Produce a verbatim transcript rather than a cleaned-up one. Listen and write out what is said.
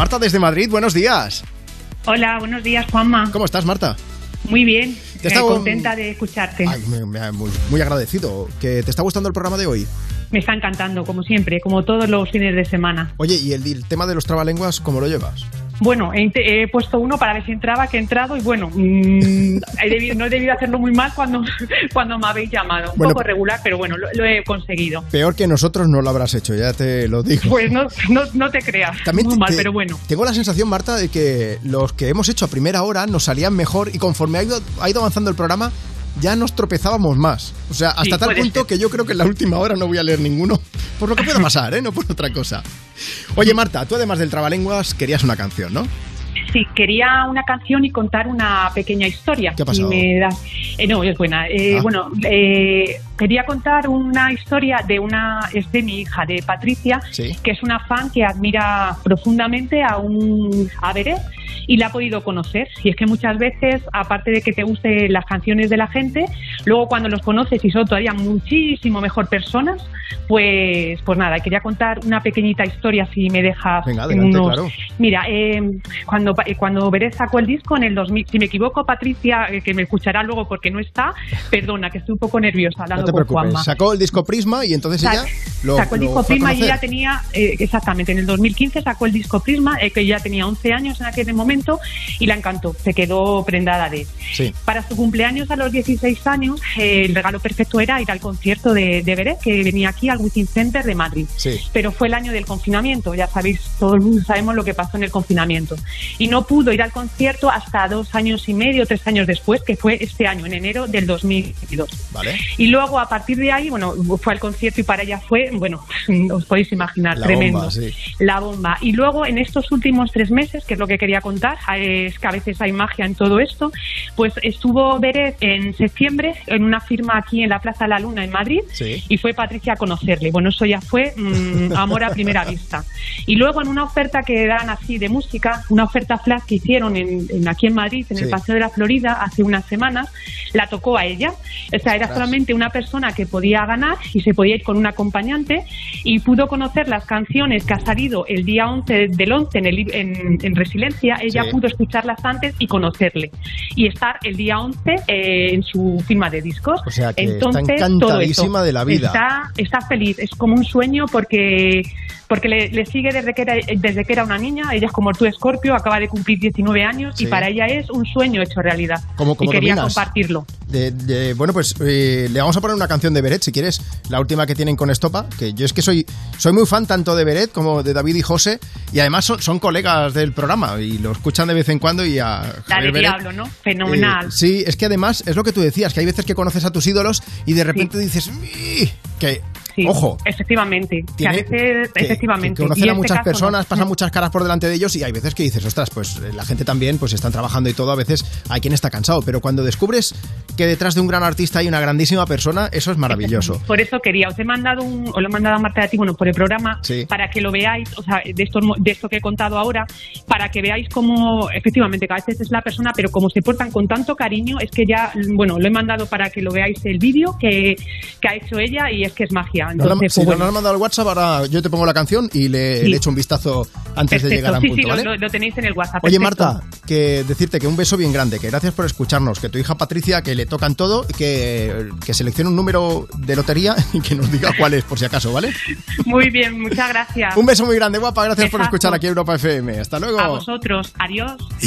Marta desde Madrid, buenos días. Hola, buenos días, Juanma. ¿Cómo estás, Marta? Muy bien, ¿Te eh, está... contenta de escucharte. Ay, me, me, muy, muy agradecido. ¿Que te está gustando el programa de hoy? Me está encantando, como siempre, como todos los fines de semana. Oye, ¿y el, el tema de los trabalenguas, cómo lo llevas? Bueno, he, he puesto uno para ver si entraba, que he entrado y bueno, mmm, he debido, no he debido hacerlo muy mal cuando, cuando me habéis llamado. Un bueno, poco regular, pero bueno, lo, lo he conseguido. Peor que nosotros no lo habrás hecho, ya te lo digo. Pues no, no, no te creas, También muy te, mal, pero bueno. Tengo la sensación, Marta, de que los que hemos hecho a primera hora nos salían mejor y conforme ha ido, ha ido avanzando el programa, ya nos tropezábamos más. O sea, hasta sí, tal punto ser. que yo creo que en la última hora no voy a leer ninguno, por lo que pueda pasar, ¿eh? No por otra cosa. Oye, Marta, tú además del trabalenguas querías una canción, ¿no? Sí, quería una canción y contar una pequeña historia. ¿Qué ha pasado? Si me das... eh, no, es buena. Eh, ah. Bueno, eh, quería contar una historia de una... Es de mi hija, de Patricia, ¿sí? Que es una fan que admira profundamente a un a Beret y la ha podido conocer. Y es que muchas veces, aparte de que te gusten las canciones de la gente, luego cuando los conoces y son todavía muchísimo mejor personas, pues pues nada, quería contar una pequeñita historia, si me dejas. Venga, adelante, unos... claro. Mira, eh, cuando cuando Beret sacó el disco en el dos mil, si me equivoco, Patricia, eh, que me escuchará luego porque no está, perdona, que estoy un poco nerviosa hablando no te con preocupes. Juanma. Sacó el disco Prisma y entonces Sac- ella lo sacó el lo disco Prisma y ella tenía, eh, exactamente, en el dos mil quince sacó el disco Prisma, eh, que ella tenía once años en aquel momento y la encantó, se quedó prendada de él. Sí. Para su cumpleaños a los dieciséis años, eh, el regalo perfecto era ir al concierto de, de Beret, que venía aquí al Wizzing Center de Madrid. Sí. Pero fue el año del confinamiento, ya sabéis, todo el mundo sabemos lo que pasó en el confinamiento. Y no pudo ir al concierto hasta dos años y medio, tres años después, que fue este año, en enero del dos mil veintidós. Vale. Y luego, a partir de ahí, bueno, fue al concierto y para ella fue, bueno, os podéis imaginar, la tremendo. Bomba, sí. La bomba. Y luego, en estos últimos tres meses, que es lo que quería contar, es que a veces hay magia en todo esto, pues estuvo Beret en septiembre en una firma aquí en la Plaza de la Luna, en Madrid, sí. Y fue Patricia a conocerle. Bueno, eso ya fue mmm, amor a primera vista. Y luego, en una oferta que dan así de música, una oferta flash que hicieron en, en aquí en Madrid, en sí. El Paseo de la Florida, hace unas semanas, la tocó a ella. O sea, era solamente una persona que podía ganar y se podía ir con un acompañante y pudo conocer las canciones que ha salido el día once del once en, el, en, en Resiliencia. Ella sí. Pudo escucharlas antes y conocerle y estar el día once eh, en su firma de discos. O sea, que entonces, está encantadísima todo de la vida. Está, está feliz, es como un sueño porque... porque le, le sigue desde que, era, desde que era una niña. Ella es como tú, Escorpio, acaba de cumplir diecinueve años, sí. Y para ella es un sueño hecho realidad. ¿Cómo, cómo y quería dominas? compartirlo. De, de, bueno, pues eh, le vamos a poner una canción de Beret, si quieres, la última que tienen con Estopa, que yo es que soy, soy muy fan tanto de Beret como de David y José, y además son, son colegas del programa y lo escuchan de vez en cuando. Y a La de Beret, Diablo, ¿no? Fenomenal. Eh, sí, es que además es lo que tú decías, que hay veces que conoces a tus ídolos y de repente sí. Dices, que... Sí, ojo, efectivamente, que a veces, que, efectivamente. Que conocen a muchas este personas, no. pasan muchas caras por delante de ellos y hay veces que dices, ostras, pues la gente también pues están trabajando y todo, a veces hay quien está cansado, pero cuando descubres que detrás de un gran artista hay una grandísima persona, eso es maravilloso. Por eso quería, os he mandado un, os lo he mandado a Marta de ti, bueno, por el programa, sí. Para que lo veáis, o sea, de esto, de esto que he contado ahora, para que veáis cómo, efectivamente, que a veces es la persona, pero como se portan con tanto cariño, es que ya, bueno, lo he mandado para que lo veáis el vídeo que, que ha hecho ella y es que es magia. Entonces, no, pues, si bueno. nos han mandado al WhatsApp, ahora yo te pongo la canción y le, sí. le echo un vistazo antes Perfecto. de llegar a un sí, punto, sí, ¿vale? Lo, lo tenéis en el WhatsApp. Oye, perfecto. Marta, que decirte que un beso bien grande, que gracias por escucharnos, que tu hija Patricia, que le tocan todo, que, que seleccione un número de lotería y que nos diga cuál es, por si acaso, ¿vale? Muy bien, muchas gracias. Un beso muy grande, guapa, gracias Exacto. Por escuchar aquí Europa F M. Hasta luego. A vosotros, adiós.